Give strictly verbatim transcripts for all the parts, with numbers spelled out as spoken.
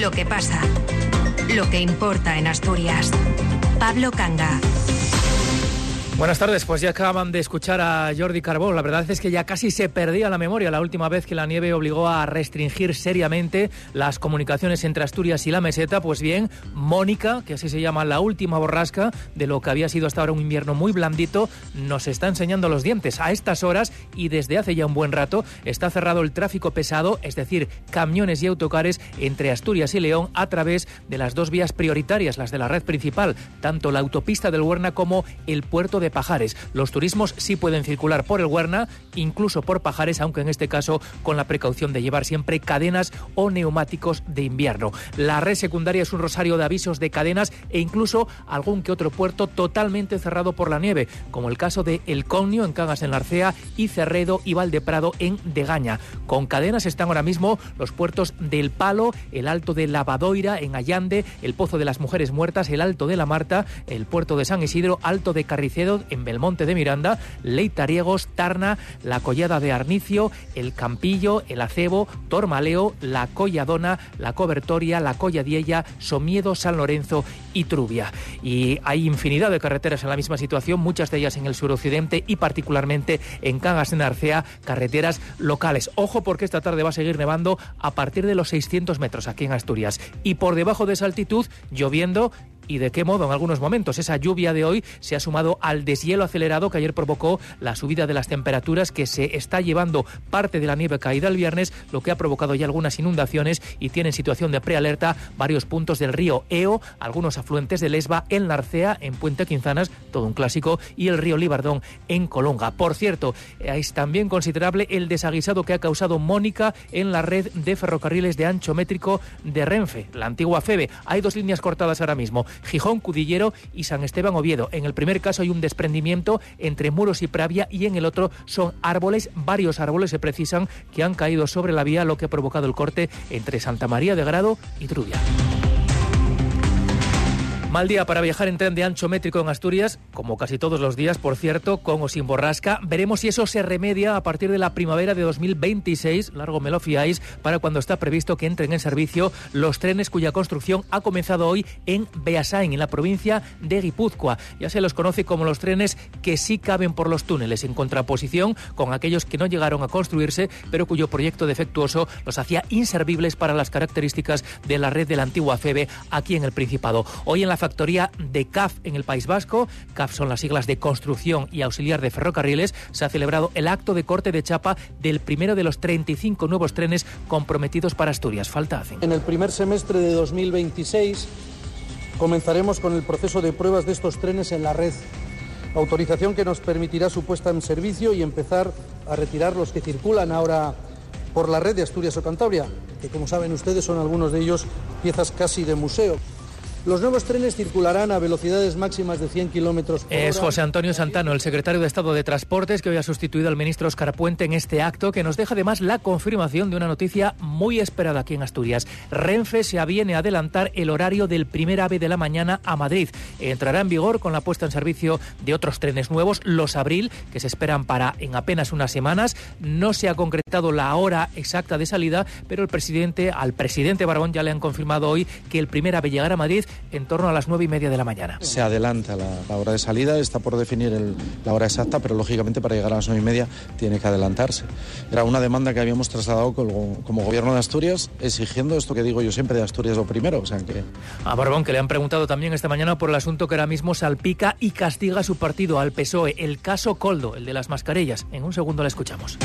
Lo que pasa, lo que importa en Asturias. Pablo Canga. Buenas tardes, pues ya acaban de escuchar a Jordi Carbó. La verdad es que ya casi se perdía la memoria la última vez que la nieve obligó a restringir seriamente las comunicaciones entre Asturias y la meseta. Pues bien, Mónica, que así se llama la última borrasca de lo que había sido hasta ahora un invierno muy blandito, nos está enseñando los dientes. A estas horas y desde hace ya un buen rato está cerrado el tráfico pesado, es decir, camiones y autocares entre Asturias y León a través de las dos vías prioritarias, las de la red principal, tanto la autopista del Huerna como el puerto de de Pajares. Los turismos sí pueden circular por el Huerna, incluso por Pajares, aunque en este caso con la precaución de llevar siempre cadenas o neumáticos de invierno. La red secundaria es un rosario de avisos de cadenas e incluso algún que otro puerto totalmente cerrado por la nieve, como el caso de El Conio en Cangas en Larcea y Cerredo y Valdeprado en Degaña. Con cadenas están ahora mismo los puertos del Palo, el Alto de Lavadoira en Allande, el Pozo de las Mujeres Muertas, el Alto de la Marta, el puerto de San Isidro, Alto de Carricedo en Belmonte de Miranda, Leitariegos, Tarna, la Collada de Arnicio, el Campillo, el Acebo, Tormaleo, la Colladona, la Cobertoria, la Colladiella, Somiedo, San Lorenzo y Trubia. Y hay infinidad de carreteras en la misma situación, muchas de ellas en el suroccidente y particularmente en Cangas de Narcea, carreteras locales. Ojo, porque esta tarde va a seguir nevando a partir de los seiscientos metros aquí en Asturias. Y por debajo de esa altitud, lloviendo. ¿Y de qué modo? En algunos momentos. Esa lluvia de hoy se ha sumado al deshielo acelerado que ayer provocó la subida de las temperaturas, que se está llevando parte de la nieve caída el viernes, lo que ha provocado ya algunas inundaciones y tiene en situación de prealerta varios puntos del río Eo, algunos afluentes del Esba en Larcea, en Puente Quinzanas, todo un clásico, y el río Libardón en Colonga. Por cierto, es también considerable el desaguisado que ha causado Mónica en la red de ferrocarriles de ancho métrico de Renfe, la antigua FEBE. Hay dos líneas cortadas ahora mismo, Gijón, Cudillero y San Esteban, Oviedo. En el primer caso hay un desprendimiento entre Muros y Pravia y en el otro son árboles, varios árboles se precisan que han caído sobre la vía, lo que ha provocado el corte entre Santa María de Grado y Trubia. Mal día para viajar en tren de ancho métrico en Asturias, como casi todos los días, por cierto, con o sin borrasca. Veremos si eso se remedia a partir de la primavera de dos mil veintiséis, largo me lo fiáis, para cuando está previsto que entren en servicio los trenes cuya construcción ha comenzado hoy en Beasain, en la provincia de Guipúzcoa. Ya se los conoce como los trenes que sí caben por los túneles, en contraposición con aquellos que no llegaron a construirse, pero cuyo proyecto defectuoso los hacía inservibles para las características de la red de la antigua FEBE aquí en el Principado. Hoy en la factoría de C A F en el País Vasco, C A F son las siglas de Construcción y Auxiliar de Ferrocarriles, se ha celebrado el acto de corte de chapa del primero de los treinta y cinco nuevos trenes comprometidos para Asturias. Falta hacen. En el primer semestre de dos mil veintiséis comenzaremos con el proceso de pruebas de estos trenes en la red, autorización que nos permitirá su puesta en servicio y empezar a retirar los que circulan ahora por la red de Asturias o Cantabria, que como saben ustedes son algunos de ellos piezas casi de museo. Los nuevos trenes circularán a velocidades máximas de cien kilómetros por hora. Es José Antonio Santano, el secretario de Estado de Transportes, que hoy ha sustituido al ministro Óscar Puente en este acto, que nos deja además la confirmación de una noticia muy esperada aquí en Asturias. Renfe se aviene a adelantar el horario del primer AVE de la mañana a Madrid. Entrará en vigor con la puesta en servicio de otros trenes nuevos, los Abril, que se esperan para en apenas unas semanas. No se ha concretado la hora exacta de salida, pero el presidente, al presidente Barbón ya le han confirmado hoy que el primer AVE llegará a Madrid en torno a las nueve y media de la mañana. Se adelanta la, la hora de salida, está por definir el, la hora exacta, pero lógicamente para llegar a las nueve y media tiene que adelantarse. Era una demanda que habíamos trasladado como, como gobierno de Asturias, exigiendo esto que digo yo siempre, de Asturias lo primero. O sea que... A Barbón, que le han preguntado también esta mañana por el asunto que ahora mismo salpica y castiga a su partido, al P S O E, el caso Koldo, el de las mascarillas. En un segundo la escuchamos.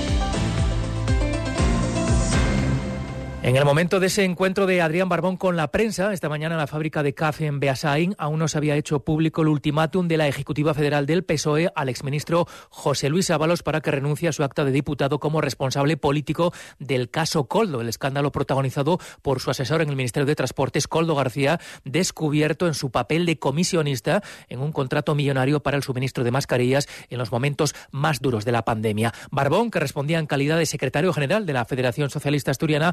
En el momento de ese encuentro de Adrián Barbón con la prensa, esta mañana en la fábrica de C A F en Beasain, aún no se había hecho público el ultimátum de la Ejecutiva Federal del P S O E al exministro José Luis Ábalos para que renuncie a su acta de diputado como responsable político del caso Koldo, el escándalo protagonizado por su asesor en el Ministerio de Transportes, Koldo García, descubierto en su papel de comisionista en un contrato millonario para el suministro de mascarillas en los momentos más duros de la pandemia. Barbón, que respondía en calidad de secretario general de la Federación Socialista Asturiana, ha ilustrado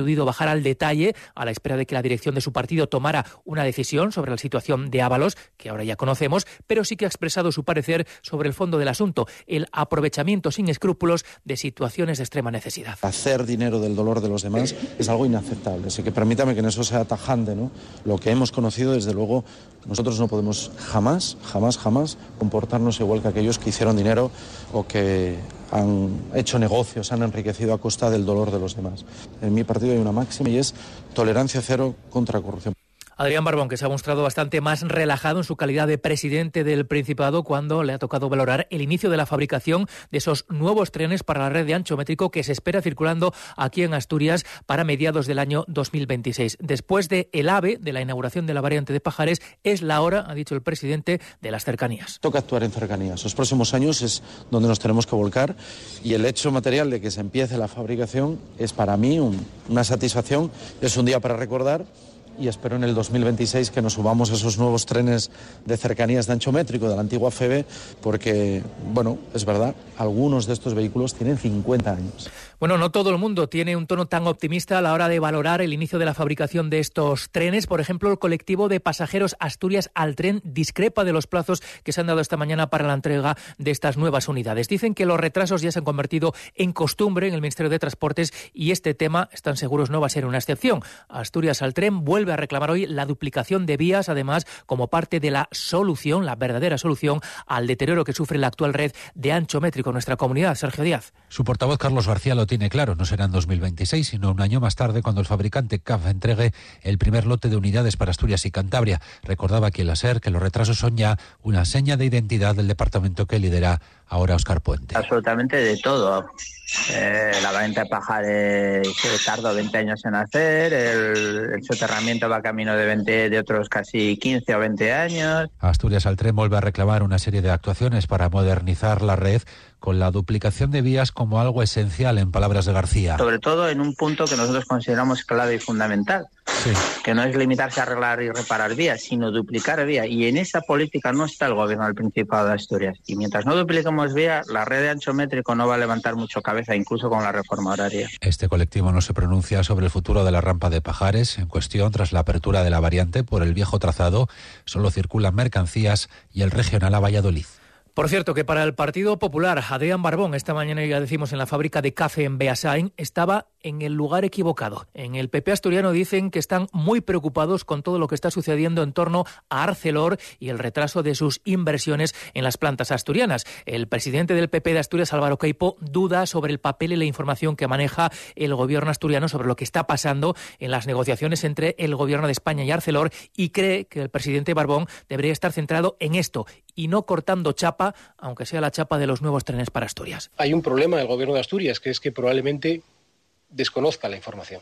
eludido bajar al detalle a la espera de que la dirección de su partido tomara una decisión sobre la situación de Ábalos, que ahora ya conocemos, pero sí que ha expresado su parecer sobre el fondo del asunto, el aprovechamiento sin escrúpulos de situaciones de extrema necesidad. Hacer dinero del dolor de los demás es algo inaceptable, así que permítame que en eso sea tajante, ¿no? Lo que hemos conocido, desde luego, nosotros no podemos jamás, jamás, jamás comportarnos igual que aquellos que hicieron dinero o que han hecho negocios, han enriquecido a costa del dolor de los demás. En mi partido hay una máxima y es tolerancia cero contra corrupción. Adrián Barbón, que se ha mostrado bastante más relajado en su calidad de presidente del Principado cuando le ha tocado valorar el inicio de la fabricación de esos nuevos trenes para la red de ancho métrico que se espera circulando aquí en Asturias para mediados del año dos mil veintiséis. Después de el AVE, de la inauguración de la variante de Pajares, es la hora, ha dicho el presidente, de las cercanías. Toca actuar en cercanías. Los próximos años es donde nos tenemos que volcar y el hecho material de que se empiece la fabricación es para mí un, una satisfacción, es un día para recordar. Y espero en el dos mil veintiséis que nos subamos a esos nuevos trenes de cercanías de ancho métrico de la antigua F E B E, porque, bueno, es verdad, algunos de estos vehículos tienen cincuenta años. Bueno, no todo el mundo tiene un tono tan optimista a la hora de valorar el inicio de la fabricación de estos trenes. Por ejemplo, el colectivo de pasajeros Asturias al Tren discrepa de los plazos que se han dado esta mañana para la entrega de estas nuevas unidades. Dicen que los retrasos ya se han convertido en costumbre en el Ministerio de Transportes y este tema, están seguros, no va a ser una excepción. Asturias al Tren vuelve a reclamar hoy la duplicación de vías, además, como parte de la solución, la verdadera solución al deterioro que sufre la actual red de ancho métrico en nuestra comunidad. Sergio Díaz. Su portavoz Carlos García lo tiene claro, no será en dos mil veintiséis, sino un año más tarde cuando el fabricante C A F entregue el primer lote de unidades para Asturias y Cantabria. Recordaba aquí el SER que los retrasos son ya una seña de identidad del departamento que lidera ahora Óscar Puente. Absolutamente de todo. Eh, la variante de Pajares se tardó veinte años en hacer, el, el soterramiento va camino de veinte, de otros casi quince o veinte años. Asturias al Tren vuelve a reclamar una serie de actuaciones para modernizar la red, con la duplicación de vías como algo esencial, en palabras de García. Sobre todo en un punto que nosotros consideramos clave y fundamental, sí. Que no es limitarse a arreglar y reparar vías, sino duplicar vías. Y en esa política no está el gobierno del Principado de Asturias. Y mientras no dupliquemos vías, la red de ancho métrico no va a levantar mucho cabeza, incluso con la reforma horaria. Este colectivo no se pronuncia sobre el futuro de la rampa de Pajares. En cuestión, tras la apertura de la variante por el viejo trazado, solo circulan mercancías y el regional a Valladolid. Por cierto, que para el Partido Popular, Adrián Barbón, esta mañana ya decimos en la fábrica de café en Beasain, estaba en el lugar equivocado. En el P P asturiano dicen que están muy preocupados con todo lo que está sucediendo en torno a Arcelor y el retraso de sus inversiones en las plantas asturianas. El presidente del P P de Asturias, Álvaro Queipo, duda sobre el papel y la información que maneja el gobierno asturiano sobre lo que está pasando en las negociaciones entre el gobierno de España y Arcelor y cree que el presidente Barbón debería estar centrado en esto y no cortando chapa, aunque sea la chapa de los nuevos trenes para Asturias. Hay un problema del gobierno de Asturias, que es que probablemente desconozca la información.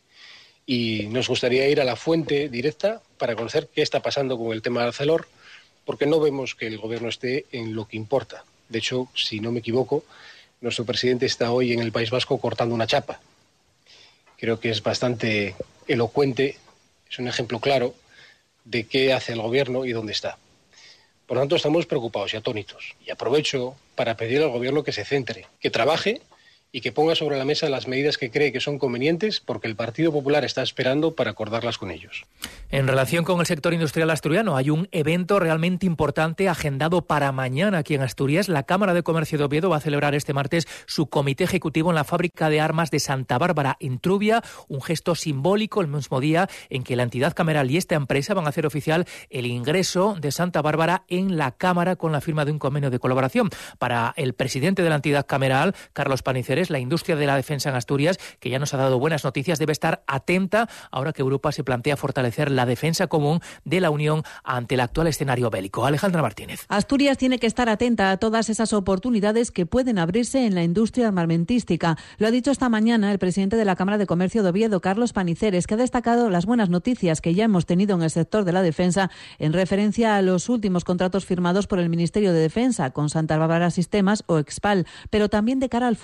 Y nos gustaría ir a la fuente directa para conocer qué está pasando con el tema de Arcelor, porque no vemos que el gobierno esté en lo que importa. De hecho, si no me equivoco, nuestro presidente está hoy en el País Vasco cortando una chapa. Creo que es bastante elocuente, es un ejemplo claro de qué hace el gobierno y dónde está. Por lo tanto, estamos preocupados y atónitos. Y aprovecho para pedir al gobierno que se centre, que trabaje y que ponga sobre la mesa las medidas que cree que son convenientes, porque el Partido Popular está esperando para acordarlas con ellos. En relación con el sector industrial asturiano, hay un evento realmente importante agendado para mañana aquí en Asturias. La Cámara de Comercio de Oviedo va a celebrar este martes su comité ejecutivo en la fábrica de armas de Santa Bárbara, en Trubia, un gesto simbólico el mismo día en que la entidad cameral y esta empresa van a hacer oficial el ingreso de Santa Bárbara en la Cámara con la firma de un convenio de colaboración. Para el presidente de la entidad cameral, Carlos Paniceres, la industria de la defensa en Asturias, que ya nos ha dado buenas noticias, debe estar atenta ahora que Europa se plantea fortalecer la defensa común de la Unión ante el actual escenario bélico. Alejandra Martínez. Asturias tiene que estar atenta a todas esas oportunidades que pueden abrirse en la industria armamentística. Lo ha dicho esta mañana el presidente de la Cámara de Comercio de Oviedo, Carlos Paniceres, que ha destacado las buenas noticias que ya hemos tenido en el sector de la defensa en referencia a los últimos contratos firmados por el Ministerio de Defensa con Santa Bárbara Sistemas o Expal, pero también de cara al futuro.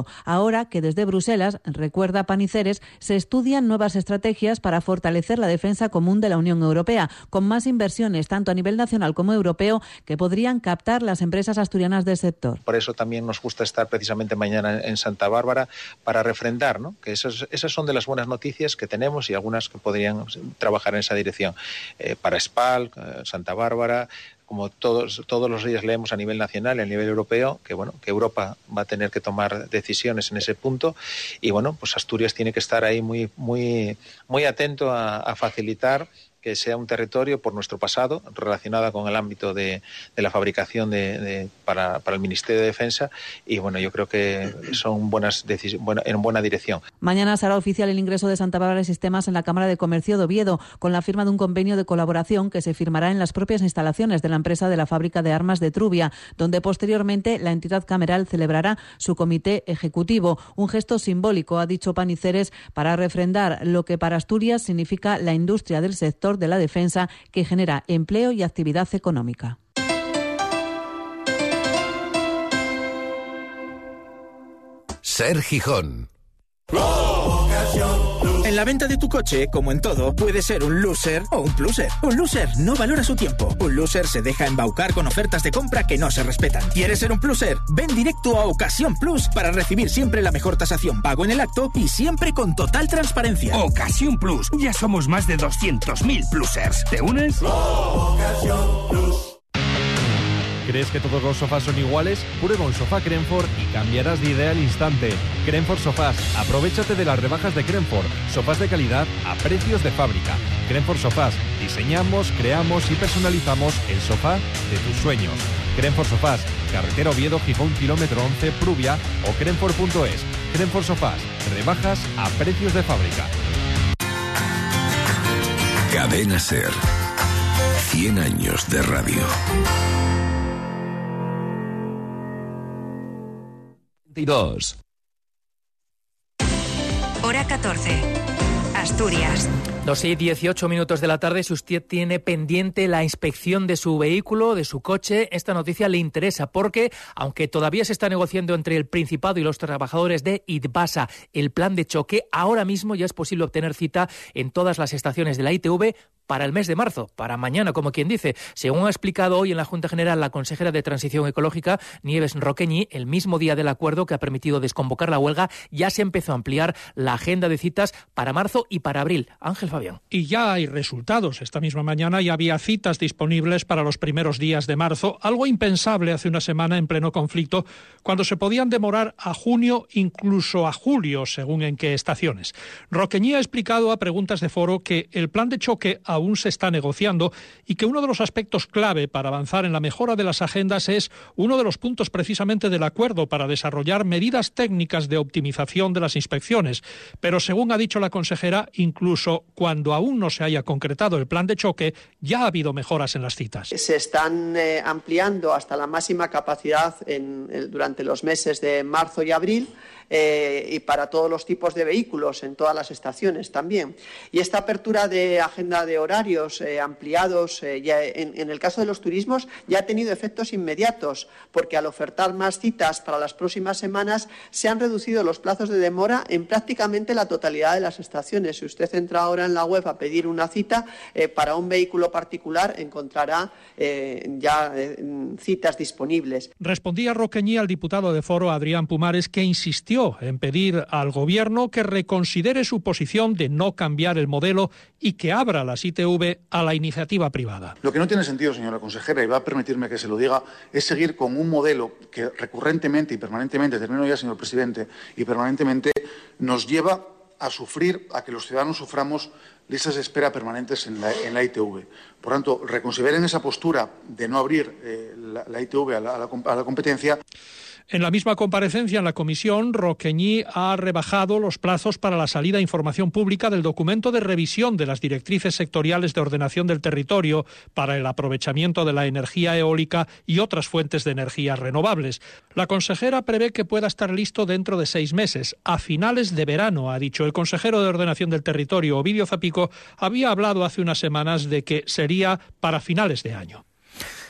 ahora que desde Bruselas, recuerda Paniceres, se estudian nuevas estrategias para fortalecer la defensa común de la Unión Europea, con más inversiones tanto a nivel nacional como europeo que podrían captar las empresas asturianas del sector. Por eso también nos gusta estar precisamente mañana en Santa Bárbara para refrendar, ¿no?, que esas, esas son de las buenas noticias que tenemos y algunas que podrían trabajar en esa dirección. Eh, para SPAL, eh, Santa Bárbara, como todos, todos los días leemos a nivel nacional y a nivel europeo, que bueno, que Europa va a tener que tomar decisiones en ese punto y bueno, pues Asturias tiene que estar ahí muy, muy, muy atento a, a facilitar que sea un territorio por nuestro pasado relacionado con el ámbito de, de la fabricación de, de, para, para el Ministerio de Defensa y bueno, yo creo que son buenas decisiones, buena, en buena dirección. Mañana será oficial el ingreso de Santa Bárbara de Sistemas en la Cámara de Comercio de Oviedo con la firma de un convenio de colaboración que se firmará en las propias instalaciones de la empresa de la fábrica de armas de Trubia, donde posteriormente la entidad cameral celebrará su comité ejecutivo. Un gesto simbólico, ha dicho Paniceres, para refrendar lo que para Asturias significa la industria del sector de la defensa que genera empleo y actividad económica. Ser Gijón. En la venta de tu coche, como en todo, puede ser un loser o un pluser. Un loser no valora su tiempo. Un loser se deja embaucar con ofertas de compra que no se respetan. ¿Quieres ser un pluser? Ven directo a Ocasión Plus para recibir siempre la mejor tasación pago en el acto y siempre con total transparencia. Ocasión Plus. Ya somos más de doscientos mil plusers. ¿Te unes? Ocasión Plus. ¿Crees que todos los sofás son iguales? Prueba un sofá Crenford y cambiarás de idea al instante. Crenford Sofás. Aprovéchate de las rebajas de Crenford. Sofás de calidad a precios de fábrica. Crenford Sofás. Diseñamos, creamos y personalizamos el sofá de tus sueños. Crenford Sofás. Carretera Oviedo, Gijón, kilómetro once, Prubia o crenford punto es. Crenford Sofás. Rebajas a precios de fábrica. Cadena Ser. cien años de radio. Dos. Hora catorce. Asturias. Dos y dieciocho minutos de la tarde. Si usted tiene pendiente la inspección de su vehículo, de su coche, esta noticia le interesa porque, aunque todavía se está negociando entre el Principado y los trabajadores de Idbasa el plan de choque, ahora mismo ya es posible obtener cita en todas las estaciones de la I T V para el mes de marzo, para mañana, como quien dice. Según ha explicado hoy en la Junta General la consejera de Transición Ecológica, Nieves Roqueñi, el mismo día del acuerdo que ha permitido desconvocar la huelga, ya se empezó a ampliar la agenda de citas para marzo y para abril. Ángel Fabián. Y ya hay resultados. Esta misma mañana ya había citas disponibles para los primeros días de marzo, algo impensable hace una semana en pleno conflicto, cuando se podían demorar a junio, incluso a julio, según en qué estaciones. Roqueñi ha explicado a preguntas de foro que el plan de choque aún se está negociando y que uno de los aspectos clave para avanzar en la mejora de las agendas es uno de los puntos precisamente del acuerdo para desarrollar medidas técnicas de optimización de las inspecciones. Pero según ha dicho la consejera, incluso cuando aún no se haya concretado el plan de choque, ya ha habido mejoras en las citas. Se están eh, ampliando hasta la máxima capacidad en, en, durante los meses de marzo y abril. Eh, y para todos los tipos de vehículos en todas las estaciones también. Y esta apertura de agenda de horarios eh, ampliados eh, ya en, en el caso de los turismos ya ha tenido efectos inmediatos, porque al ofertar más citas para las próximas semanas se han reducido los plazos de demora en prácticamente la totalidad de las estaciones. Si usted entra ahora en la web a pedir una cita eh, para un vehículo particular, encontrará eh, ya eh, citas disponibles. Respondía Roqueñi al diputado de Foro, Adrián Pumares, que insistió en pedir al Gobierno que reconsidere su posición de no cambiar el modelo y que abra las I T V a la iniciativa privada. Lo que no tiene sentido, señora consejera, y va a permitirme que se lo diga, es seguir con un modelo que recurrentemente y permanentemente, termino ya, señor presidente, y permanentemente nos lleva a sufrir, a que los ciudadanos suframos listas de espera permanentes en la, en la I T V. Por tanto, reconsideren esa postura de no abrir eh, la, la I T V a la, a la, a la competencia. En la misma comparecencia en la comisión, Roqueñi ha rebajado los plazos para la salida a información pública del documento de revisión de las directrices sectoriales de ordenación del territorio para el aprovechamiento de la energía eólica y otras fuentes de energías renovables. La consejera prevé que pueda estar listo dentro de seis meses, a finales de verano, ha dicho. El consejero de ordenación del territorio, Ovidio Zapico, había hablado hace unas semanas de que sería para finales de año.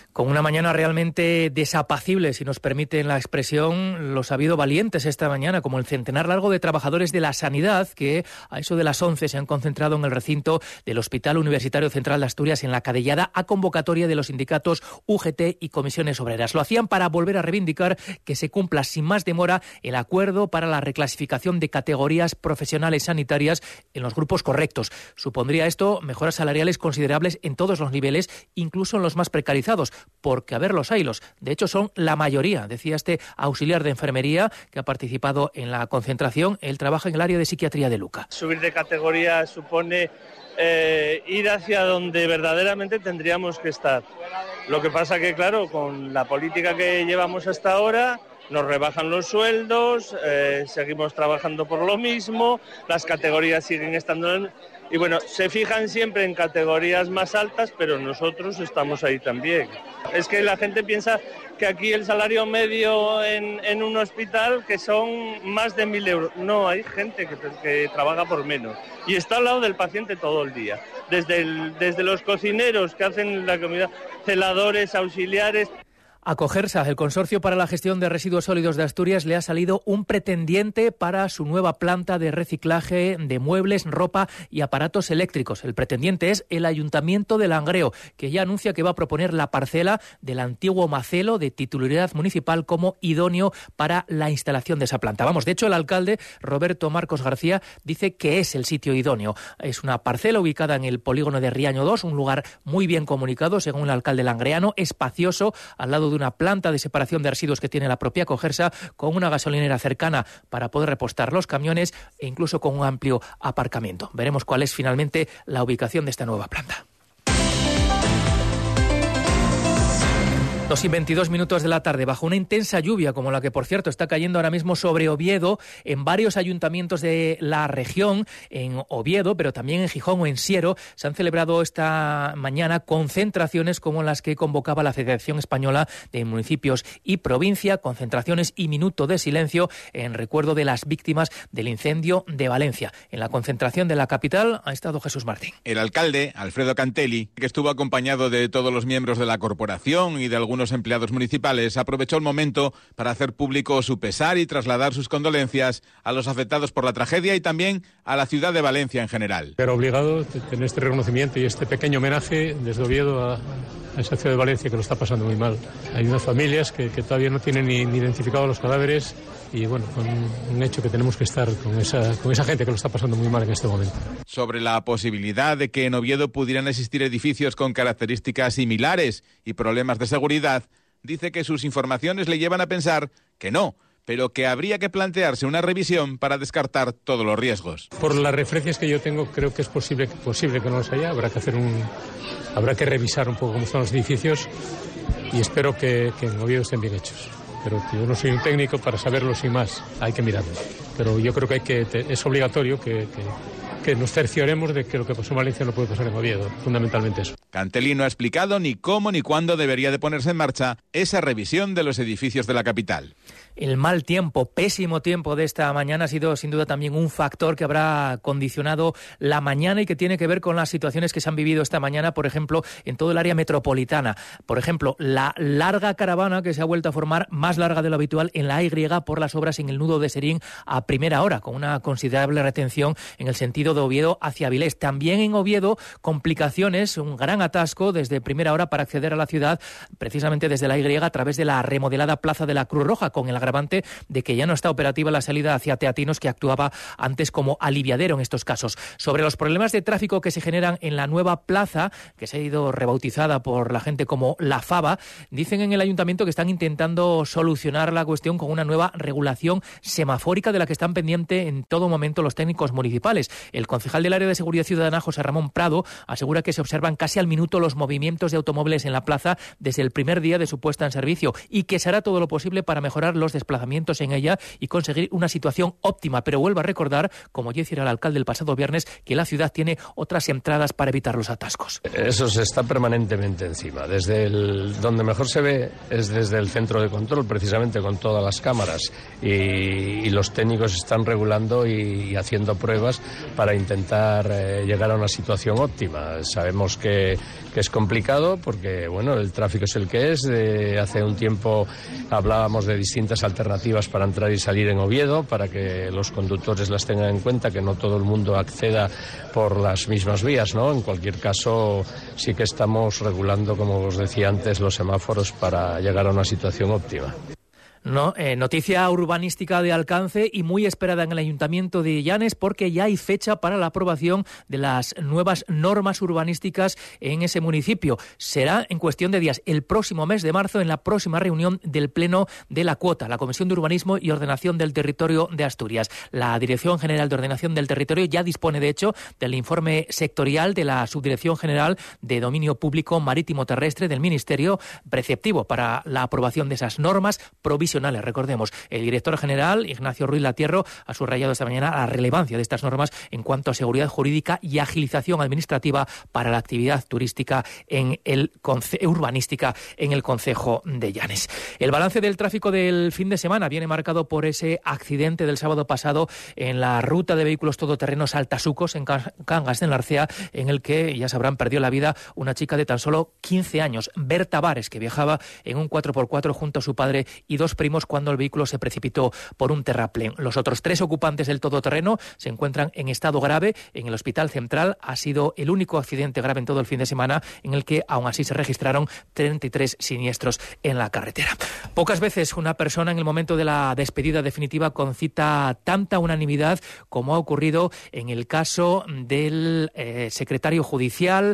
Con una mañana realmente desapacible, si nos permiten la expresión, los ha habido valientes esta mañana, como el centenar largo de trabajadores de la sanidad que a eso de las once se han concentrado en el recinto del Hospital Universitario Central de Asturias en la cadellada a convocatoria de los sindicatos U G T y comisiones obreras. Lo hacían para volver a reivindicar que se cumpla sin más demora el acuerdo para la reclasificación de categorías profesionales sanitarias en los grupos correctos. Supondría esto mejoras salariales considerables en todos los niveles, incluso en los más precarizados, porque a ver los haylos, de hecho son la mayoría, decía este auxiliar de enfermería que ha participado en la concentración. Él trabaja en el área de psiquiatría de Luca. Subir de categoría supone eh, ir hacia donde verdaderamente tendríamos que estar. Lo que pasa que, claro, con la política que llevamos hasta ahora, nos rebajan los sueldos, eh, seguimos trabajando por lo mismo, las categorías siguen estando en... Y bueno, se fijan siempre en categorías más altas, pero nosotros estamos ahí también. Es que la gente piensa que aquí el salario medio en, en un hospital que son más de mil euros. No, hay gente que, que trabaja por menos y está al lado del paciente todo el día. Desde, el, desde los cocineros que hacen la comida, celadores, auxiliares... A Cogersa, el Consorcio para la Gestión de Residuos Sólidos de Asturias, le ha salido un pretendiente para su nueva planta de reciclaje de muebles, ropa y aparatos eléctricos. El pretendiente es el Ayuntamiento de Langreo, que ya anuncia que va a proponer la parcela del antiguo Macelo de titularidad municipal como idóneo para la instalación de esa planta. Vamos, de hecho, el alcalde Roberto Marcos García dice que es el sitio idóneo. Es una parcela ubicada en el polígono de Riaño dos, un lugar muy bien comunicado, según el alcalde langreano, espacioso, al lado de una planta de separación de residuos que tiene la propia Cogersa, con una gasolinera cercana para poder repostar los camiones e incluso con un amplio aparcamiento. Veremos cuál es finalmente la ubicación de esta nueva planta. Dos y veintidós minutos de la tarde, bajo una intensa lluvia, como la que, por cierto, está cayendo ahora mismo sobre Oviedo, en varios ayuntamientos de la región, en Oviedo, pero también en Gijón o en Siero, se han celebrado esta mañana concentraciones como las que convocaba la Federación Española de Municipios y Provincia, concentraciones y minuto de silencio en recuerdo de las víctimas del incendio de Valencia. En la concentración de la capital ha estado Jesús Martín. El alcalde, Alfredo Cantelli, que estuvo acompañado de todos los miembros de la corporación y de algunos empleados municipales, aprovechó el momento para hacer público su pesar y trasladar sus condolencias a los afectados por la tragedia y también a la ciudad de Valencia en general. Era obligado tener este reconocimiento y este pequeño homenaje desde Oviedo a, a esa ciudad de Valencia que lo está pasando muy mal. Hay unas familias que, que todavía no tienen ni, ni identificado los cadáveres y bueno, con un hecho que tenemos que estar con esa, con esa gente que lo está pasando muy mal en este momento. Sobre la posibilidad de que en Oviedo pudieran existir edificios con características similares y problemas de seguridad, dice que sus informaciones le llevan a pensar que no, pero que habría que plantearse una revisión para descartar todos los riesgos. Por las referencias que yo tengo, creo que es posible, posible que no los haya. Habrá que hacer un, habrá que revisar un poco cómo están los edificios y espero que, que en Oviedo estén bien hechos. Pero yo no soy un técnico para saberlo sin más, hay que mirarlo. Pero yo creo que, hay que es obligatorio que, que, que nos cercioremos de que lo que pasó en Valencia no puede pasar en Oviedo, fundamentalmente eso. Cantelli no ha explicado ni cómo ni cuándo debería de ponerse en marcha esa revisión de los edificios de la capital. El mal tiempo, pésimo tiempo de esta mañana ha sido sin duda también un factor que habrá condicionado la mañana y que tiene que ver con las situaciones que se han vivido esta mañana, por ejemplo, en todo el área metropolitana. Por ejemplo, la larga caravana que se ha vuelto a formar, más larga de lo habitual, en la A Y por las obras en el nudo de Serín a primera hora, con una considerable retención en el sentido de Oviedo hacia Avilés. También en Oviedo, complicaciones, un gran atasco desde primera hora para acceder a la ciudad, precisamente desde la A Y a través de la remodelada Plaza de la Cruz Roja, con el agravante de que ya no está operativa la salida hacia Teatinos, que actuaba antes como aliviadero en estos casos. Sobre los problemas de tráfico que se generan en la nueva plaza, que se ha ido rebautizada por la gente como La Fava, dicen en el ayuntamiento que están intentando solucionar la cuestión con una nueva regulación semafórica de la que están pendientes en todo momento los técnicos municipales. El concejal del área de seguridad ciudadana, José Ramón Prado, asegura que se observan casi al minuto los movimientos de automóviles en la plaza desde el primer día de su puesta en servicio y que se hará todo lo posible para mejorar los desplazamientos en ella y conseguir una situación óptima. Pero vuelvo a recordar, como ya hiciera el alcalde el pasado viernes, que la ciudad tiene otras entradas para evitar los atascos. Eso se está permanentemente encima. Desde el, donde mejor se ve es desde el centro de control, precisamente con todas las cámaras, y, y los técnicos están regulando y, y haciendo pruebas para intentar eh, llegar a una situación óptima. Sabemos que que es complicado porque, bueno, el tráfico es el que es. De hace un tiempo hablábamos de distintas alternativas para entrar y salir en Oviedo, para que los conductores las tengan en cuenta, que no todo el mundo acceda por las mismas vías, ¿no? En cualquier caso, sí que estamos regulando, como os decía antes, los semáforos para llegar a una situación óptima. No, eh, noticia urbanística de alcance y muy esperada en el Ayuntamiento de Llanes, porque ya hay fecha para la aprobación de las nuevas normas urbanísticas en ese municipio. Será en cuestión de días, el próximo mes de marzo, en la próxima reunión del Pleno de la Cuota, la Comisión de Urbanismo y Ordenación del Territorio de Asturias. La Dirección General de Ordenación del Territorio ya dispone, de hecho, del informe sectorial de la Subdirección General de Dominio Público Marítimo Terrestre del Ministerio, preceptivo para la aprobación de esas normas provisionales. Recordemos, el director general, Ignacio Ruiz Latierro, ha subrayado esta mañana la relevancia de estas normas en cuanto a seguridad jurídica y agilización administrativa para la actividad turística en el conce- urbanística en el concejo de Llanes. El balance del tráfico del fin de semana viene marcado por ese accidente del sábado pasado en la ruta de vehículos todoterrenos Altasucos, en Cangas de Narcea, en el que, ya sabrán, perdió la vida una chica de tan solo quince años, Berta Vares, que viajaba en un cuatro por cuatro junto a su padre y dos primos cuando el vehículo se precipitó por un terraplén. Los otros tres ocupantes del todoterreno se encuentran en estado grave en el Hospital Central. Ha sido el único accidente grave en todo el fin de semana en el que aún así se registraron treinta y tres siniestros en la carretera. Pocas veces una persona en el momento de la despedida definitiva concita tanta unanimidad como ha ocurrido en el caso del eh, secretario judicial,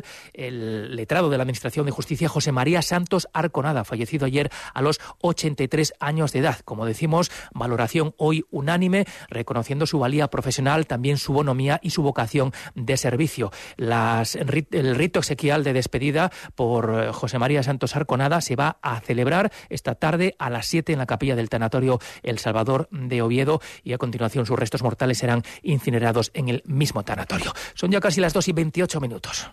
el letrado de la Administración de Justicia, José María Santos Arconada, fallecido ayer a los ochenta y tres años de edad. Como decimos, valoración hoy unánime, reconociendo su valía profesional, también su bonomía y su vocación de servicio. Las, el rito exequial de despedida por José María Santos Arconada se va a celebrar esta tarde a las siete en la capilla del Tanatorio El Salvador de Oviedo, y a continuación sus restos mortales serán incinerados en el mismo tanatorio. Son ya casi las dos y veintiocho minutos.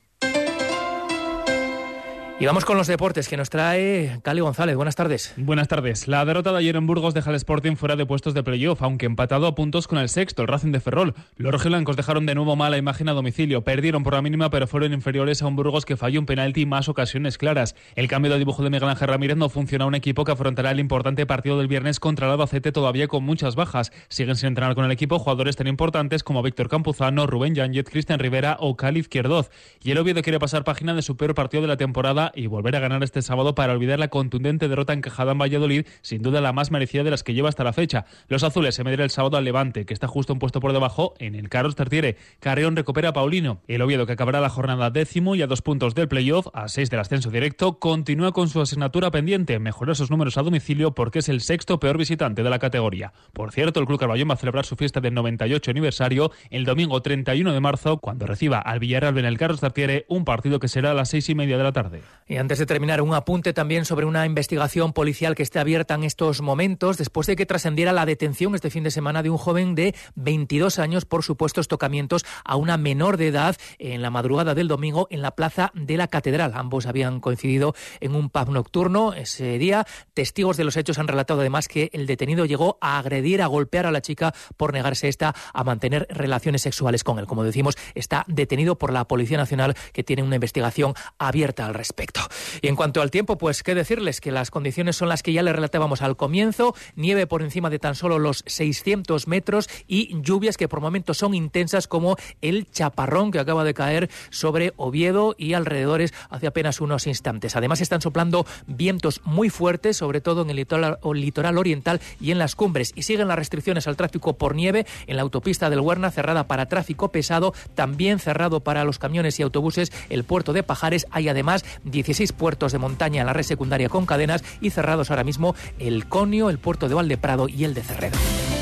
Y vamos con los deportes que nos trae Cali González. Buenas tardes. Buenas tardes. La derrota de ayer en Burgos deja al Sporting fuera de puestos de playoff, aunque empatado a puntos con el sexto, el Racing de Ferrol. Los rojiblancos dejaron de nuevo mala imagen a domicilio. Perdieron por la mínima, pero fueron inferiores a un Burgos que falló un penalti y más ocasiones claras. El cambio de dibujo de Miguel Ángel Ramírez no funciona a un equipo que afrontará el importante partido del viernes contra el Albacete, todavía con muchas bajas. Siguen sin entrenar con el equipo jugadores tan importantes como Víctor Campuzano, Rubén Yáñez, Cristian Rivera o Cali Izquierdoz. Y el Oviedo quiere pasar página de su peor partido de la temporada y volver a ganar este sábado para olvidar la contundente derrota encajada en Valladolid, sin duda la más merecida de las que lleva hasta la fecha. Los azules se medirán el sábado al Levante, que está justo un puesto por debajo en el Carlos Tartiere. Carrión recupera a Paulino. El Oviedo, que acabará la jornada décimo y a dos puntos del playoff, a seis del ascenso directo, continúa con su asignatura pendiente, mejorar sus números a domicilio porque es el sexto peor visitante de la categoría. Por cierto, el Club Carballón va a celebrar su fiesta del noventa y ocho aniversario el domingo treinta y uno de marzo, cuando reciba al Villarreal en el Carlos Tartiere, un partido que será a las seis y media de la tarde. Y antes de terminar, un apunte también sobre una investigación policial que está abierta en estos momentos después de que trascendiera la detención este fin de semana de un joven de veintidós años por supuestos tocamientos a una menor de edad en la madrugada del domingo en la plaza de la Catedral. Ambos habían coincidido en un pub nocturno ese día. Testigos de los hechos han relatado además que el detenido llegó a agredir, a golpear a la chica por negarse esta a mantener relaciones sexuales con él. Como decimos, está detenido por la Policía Nacional, que tiene una investigación abierta al respecto. Y en cuanto al tiempo, pues qué decirles, que las condiciones son las que ya les relatábamos al comienzo: nieve por encima de tan solo los seiscientos metros y lluvias que por momentos son intensas, como el chaparrón que acaba de caer sobre Oviedo y alrededores hace apenas unos instantes. Además están soplando vientos muy fuertes, sobre todo en el litoral, o litoral oriental y en las cumbres, y siguen las restricciones al tráfico por nieve en la autopista del Huerna, cerrada para tráfico pesado, también cerrado para los camiones y autobuses el puerto de Pajares. Hay además dieciséis puertos de montaña en la red secundaria con cadenas, y cerrados ahora mismo el Conio, el puerto de Valdeprado y el de Cerredo.